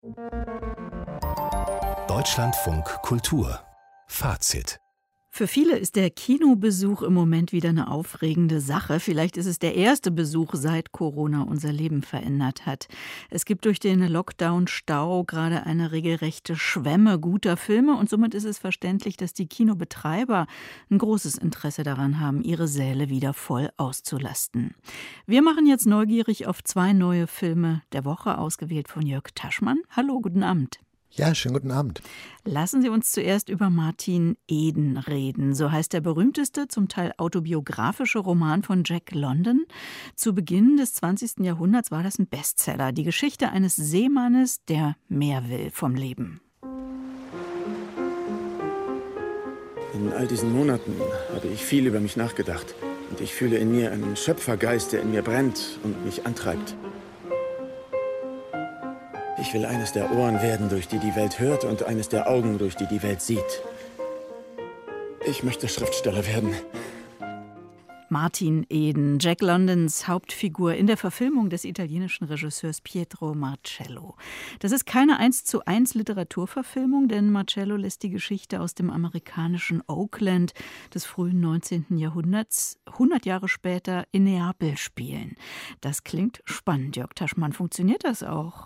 Deutschlandfunk Kultur Fazit. Für viele ist der Kinobesuch im Moment wieder eine aufregende Sache. Vielleicht ist es der erste Besuch, seit Corona unser Leben verändert hat. Es gibt durch den Lockdown-Stau gerade eine regelrechte Schwemme guter Filme und somit ist es verständlich, dass die Kinobetreiber ein großes Interesse daran haben, ihre Säle wieder voll auszulasten. Wir machen jetzt neugierig auf 2 neue Filme der Woche, ausgewählt von Jörg Taschmann. Hallo, guten Abend. Ja, schönen guten Abend. Lassen Sie uns zuerst über Martin Eden reden. So heißt der berühmteste, zum Teil autobiografische Roman von Jack London. Zu Beginn des 20. Jahrhunderts war das ein Bestseller. Die Geschichte eines Seemannes, der mehr will vom Leben. In all diesen Monaten habe ich viel über mich nachgedacht. Und ich fühle in mir einen Schöpfergeist, der in mir brennt und mich antreibt. Ich will eines der Ohren werden, durch die die Welt hört, und eines der Augen, durch die die Welt sieht. Ich möchte Schriftsteller werden. Martin Eden, Jack Londons Hauptfigur in der Verfilmung des italienischen Regisseurs Pietro Marcello. Das ist keine 1:1 Literaturverfilmung, denn Marcello lässt die Geschichte aus dem amerikanischen Oakland des frühen 19. Jahrhunderts 100 Jahre später in Neapel spielen. Das klingt spannend, Jörg Taschmann. Funktioniert das auch?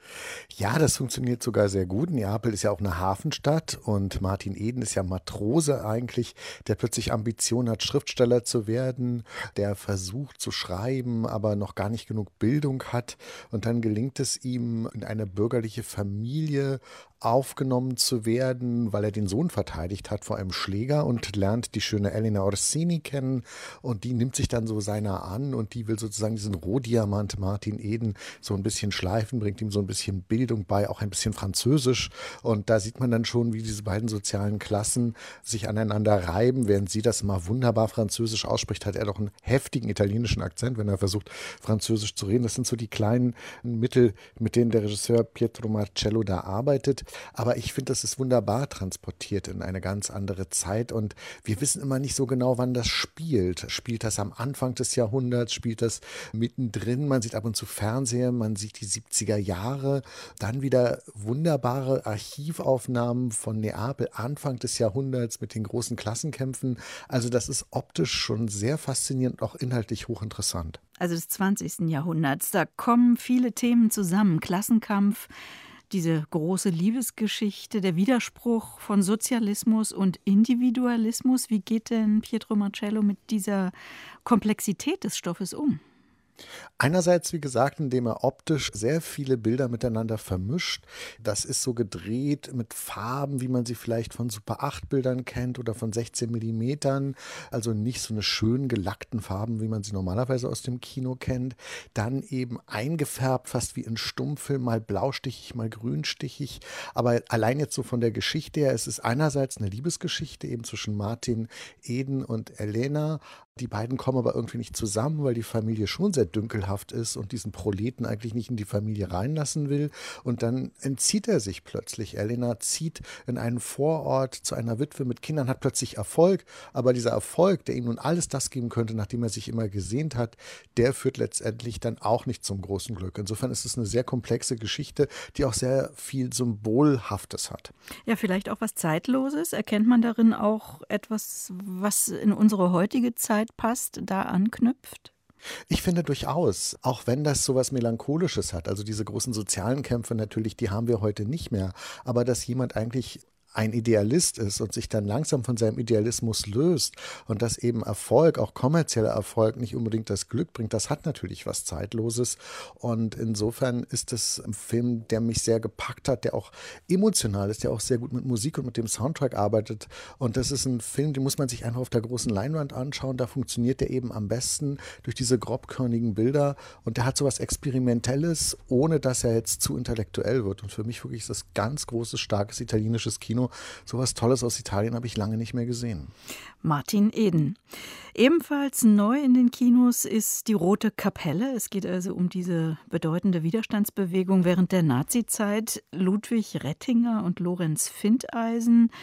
Ja, das funktioniert sogar sehr gut. Neapel ist ja auch eine Hafenstadt und Martin Eden ist ja Matrose eigentlich, der plötzlich Ambition hat, Schriftsteller zu werden, der versucht zu schreiben, aber noch gar nicht genug Bildung hat. Und dann gelingt es ihm, in eine bürgerliche Familie aufgenommen zu werden, weil er den Sohn verteidigt hat vor einem Schläger und lernt die schöne Elena Orsini kennen und die nimmt sich dann so seiner an und die will sozusagen diesen Rohdiamant Martin Eden so ein bisschen schleifen, bringt ihm so ein bisschen Bildung bei, auch ein bisschen Französisch und da sieht man dann schon, wie diese beiden sozialen Klassen sich aneinander reiben, während sie das mal wunderbar Französisch ausspricht, hat er doch einen heftigen italienischen Akzent, wenn er versucht Französisch zu reden. Das sind so die kleinen Mittel, mit denen der Regisseur Pietro Marcello da arbeitet. Aber ich finde, das ist wunderbar transportiert in eine ganz andere Zeit und wir wissen immer nicht so genau, wann das spielt. Spielt das am Anfang des Jahrhunderts, spielt das mittendrin? Man sieht ab und zu Fernseher, man sieht die 70er Jahre, dann wieder wunderbare Archivaufnahmen von Neapel Anfang des Jahrhunderts mit den großen Klassenkämpfen. Also das ist optisch schon sehr faszinierend und auch inhaltlich hochinteressant. Also des 20. Jahrhunderts, da kommen viele Themen zusammen. Klassenkampf, diese große Liebesgeschichte, der Widerspruch von Sozialismus und Individualismus. Wie geht denn Pietro Marcello mit dieser Komplexität des Stoffes um? Einerseits, wie gesagt, indem er optisch sehr viele Bilder miteinander vermischt. Das ist so gedreht mit Farben, wie man sie vielleicht von Super-8-Bildern kennt oder von 16 Millimetern. Also nicht so eine schön gelackten Farben, wie man sie normalerweise aus dem Kino kennt. Dann eben eingefärbt, fast wie in Stummfilm, mal blaustichig, mal grünstichig. Aber allein jetzt so von der Geschichte her, es ist einerseits eine Liebesgeschichte eben zwischen Martin Eden und Elena. Die beiden kommen aber irgendwie nicht zusammen, weil die Familie schon sehr dünkelhaft ist und diesen Proleten eigentlich nicht in die Familie reinlassen will. Und dann entzieht er sich plötzlich. Elena zieht in einen Vorort zu einer Witwe mit Kindern, hat plötzlich Erfolg. Aber dieser Erfolg, der ihm nun alles das geben könnte, nachdem er sich immer gesehnt hat, der führt letztendlich dann auch nicht zum großen Glück. Insofern ist es eine sehr komplexe Geschichte, die auch sehr viel Symbolhaftes hat. Ja, vielleicht auch was Zeitloses. Erkennt man darin auch etwas, was in unsere heutige Zeit passt, da anknüpft? Ich finde durchaus, auch wenn das so was Melancholisches hat, also diese großen sozialen Kämpfe natürlich, die haben wir heute nicht mehr, aber dass jemand eigentlich ein Idealist ist und sich dann langsam von seinem Idealismus löst und dass eben Erfolg, auch kommerzieller Erfolg, nicht unbedingt das Glück bringt, das hat natürlich was Zeitloses. Und insofern ist es ein Film, der mich sehr gepackt hat, der auch emotional ist, der auch sehr gut mit Musik und mit dem Soundtrack arbeitet. Und das ist ein Film, den muss man sich einfach auf der großen Leinwand anschauen. Da funktioniert der eben am besten durch diese grobkörnigen Bilder. Und der hat so was Experimentelles, ohne dass er jetzt zu intellektuell wird. Und für mich wirklich ist das ganz großes, starkes italienisches Kino. So was Tolles aus Italien habe ich lange nicht mehr gesehen. Martin Eden. Ebenfalls neu in den Kinos ist die Rote Kapelle. Es geht also um diese bedeutende Widerstandsbewegung während der Nazizeit. Ludwig Rettinger und Lorenz Findeisen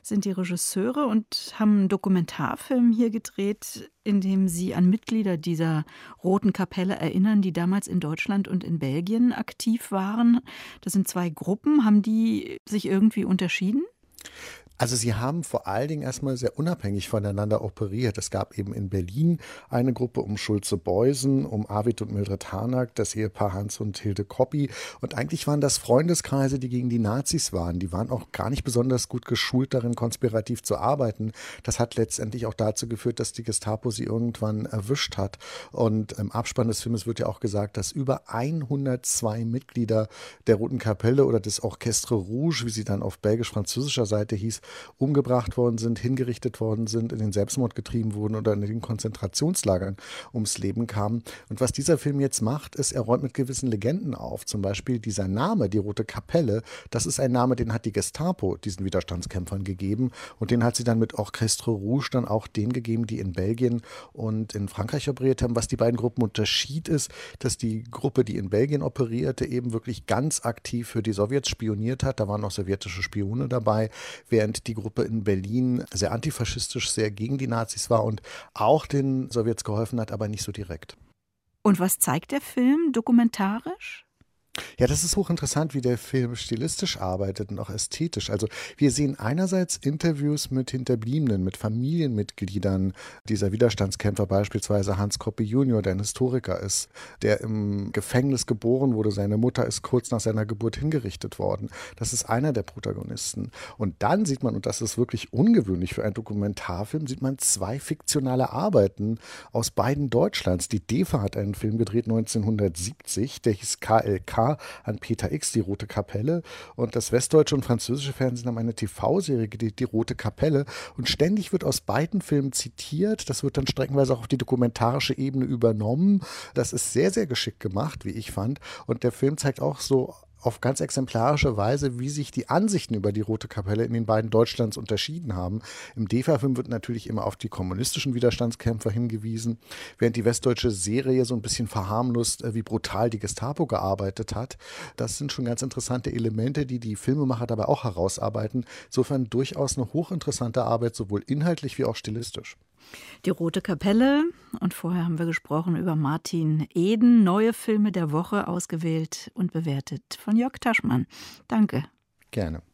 sind die Regisseure und haben einen Dokumentarfilm hier gedreht, in dem sie an Mitglieder dieser Roten Kapelle erinnern, die damals in Deutschland und in Belgien aktiv waren. Das sind 2 Gruppen. Haben die sich irgendwie unterschieden? Also sie haben vor allen Dingen erstmal sehr unabhängig voneinander operiert. Es gab eben in Berlin eine Gruppe um Schulze-Beusen, um Arvid und Mildred Harnack, das Ehepaar Hans und Hilde Koppi. Und eigentlich waren das Freundeskreise, die gegen die Nazis waren. Die waren auch gar nicht besonders gut geschult darin, konspirativ zu arbeiten. Das hat letztendlich auch dazu geführt, dass die Gestapo sie irgendwann erwischt hat. Und im Abspann des Films wird ja auch gesagt, dass über 102 Mitglieder der Roten Kapelle oder des Orchestre Rouge, wie sie dann auf belgisch-französischer Seite hieß, umgebracht worden sind, hingerichtet worden sind, in den Selbstmord getrieben wurden oder in den Konzentrationslagern ums Leben kamen. Und was dieser Film jetzt macht, ist, er räumt mit gewissen Legenden auf. Zum Beispiel dieser Name, die Rote Kapelle, das ist ein Name, den hat die Gestapo diesen Widerstandskämpfern gegeben. Und den hat sie dann mit Orchestre Rouge dann auch denen gegeben, die in Belgien und in Frankreich operiert haben. Was die beiden Gruppen unterschied, ist, dass die Gruppe, die in Belgien operierte, eben wirklich ganz aktiv für die Sowjets spioniert hat. Da waren auch sowjetische Spione dabei, während die Gruppe in Berlin sehr antifaschistisch, sehr gegen die Nazis war und auch den Sowjets geholfen hat, aber nicht so direkt. Und was zeigt der Film dokumentarisch? Ja, das ist hochinteressant, wie der Film stilistisch arbeitet und auch ästhetisch. Also wir sehen einerseits Interviews mit Hinterbliebenen, mit Familienmitgliedern dieser Widerstandskämpfer, beispielsweise Hans Koppi Junior, der ein Historiker ist, der im Gefängnis geboren wurde. Seine Mutter ist kurz nach seiner Geburt hingerichtet worden. Das ist einer der Protagonisten. Und dann sieht man, und das ist wirklich ungewöhnlich für einen Dokumentarfilm, sieht man 2 fiktionale Arbeiten aus beiden Deutschlands. Die DEFA hat einen Film gedreht 1970, der hieß KLK, an Peter X, die Rote Kapelle. Und das westdeutsche und französische Fernsehen haben eine TV-Serie gedreht, die Rote Kapelle. Und ständig wird aus beiden Filmen zitiert. Das wird dann streckenweise auch auf die dokumentarische Ebene übernommen. Das ist sehr, sehr geschickt gemacht, wie ich fand. Und der Film zeigt auch so auf ganz exemplarische Weise, wie sich die Ansichten über die Rote Kapelle in den beiden Deutschlands unterschieden haben. Im DEFA-Film wird natürlich immer auf die kommunistischen Widerstandskämpfer hingewiesen, während die westdeutsche Serie so ein bisschen verharmlost, wie brutal die Gestapo gearbeitet hat. Das sind schon ganz interessante Elemente, die die Filmemacher dabei auch herausarbeiten. Insofern durchaus eine hochinteressante Arbeit, sowohl inhaltlich wie auch stilistisch. Die Rote Kapelle und vorher haben wir gesprochen über Martin Eden. Neue Filme der Woche ausgewählt und bewertet von Jörg Taschmann. Danke. Gerne.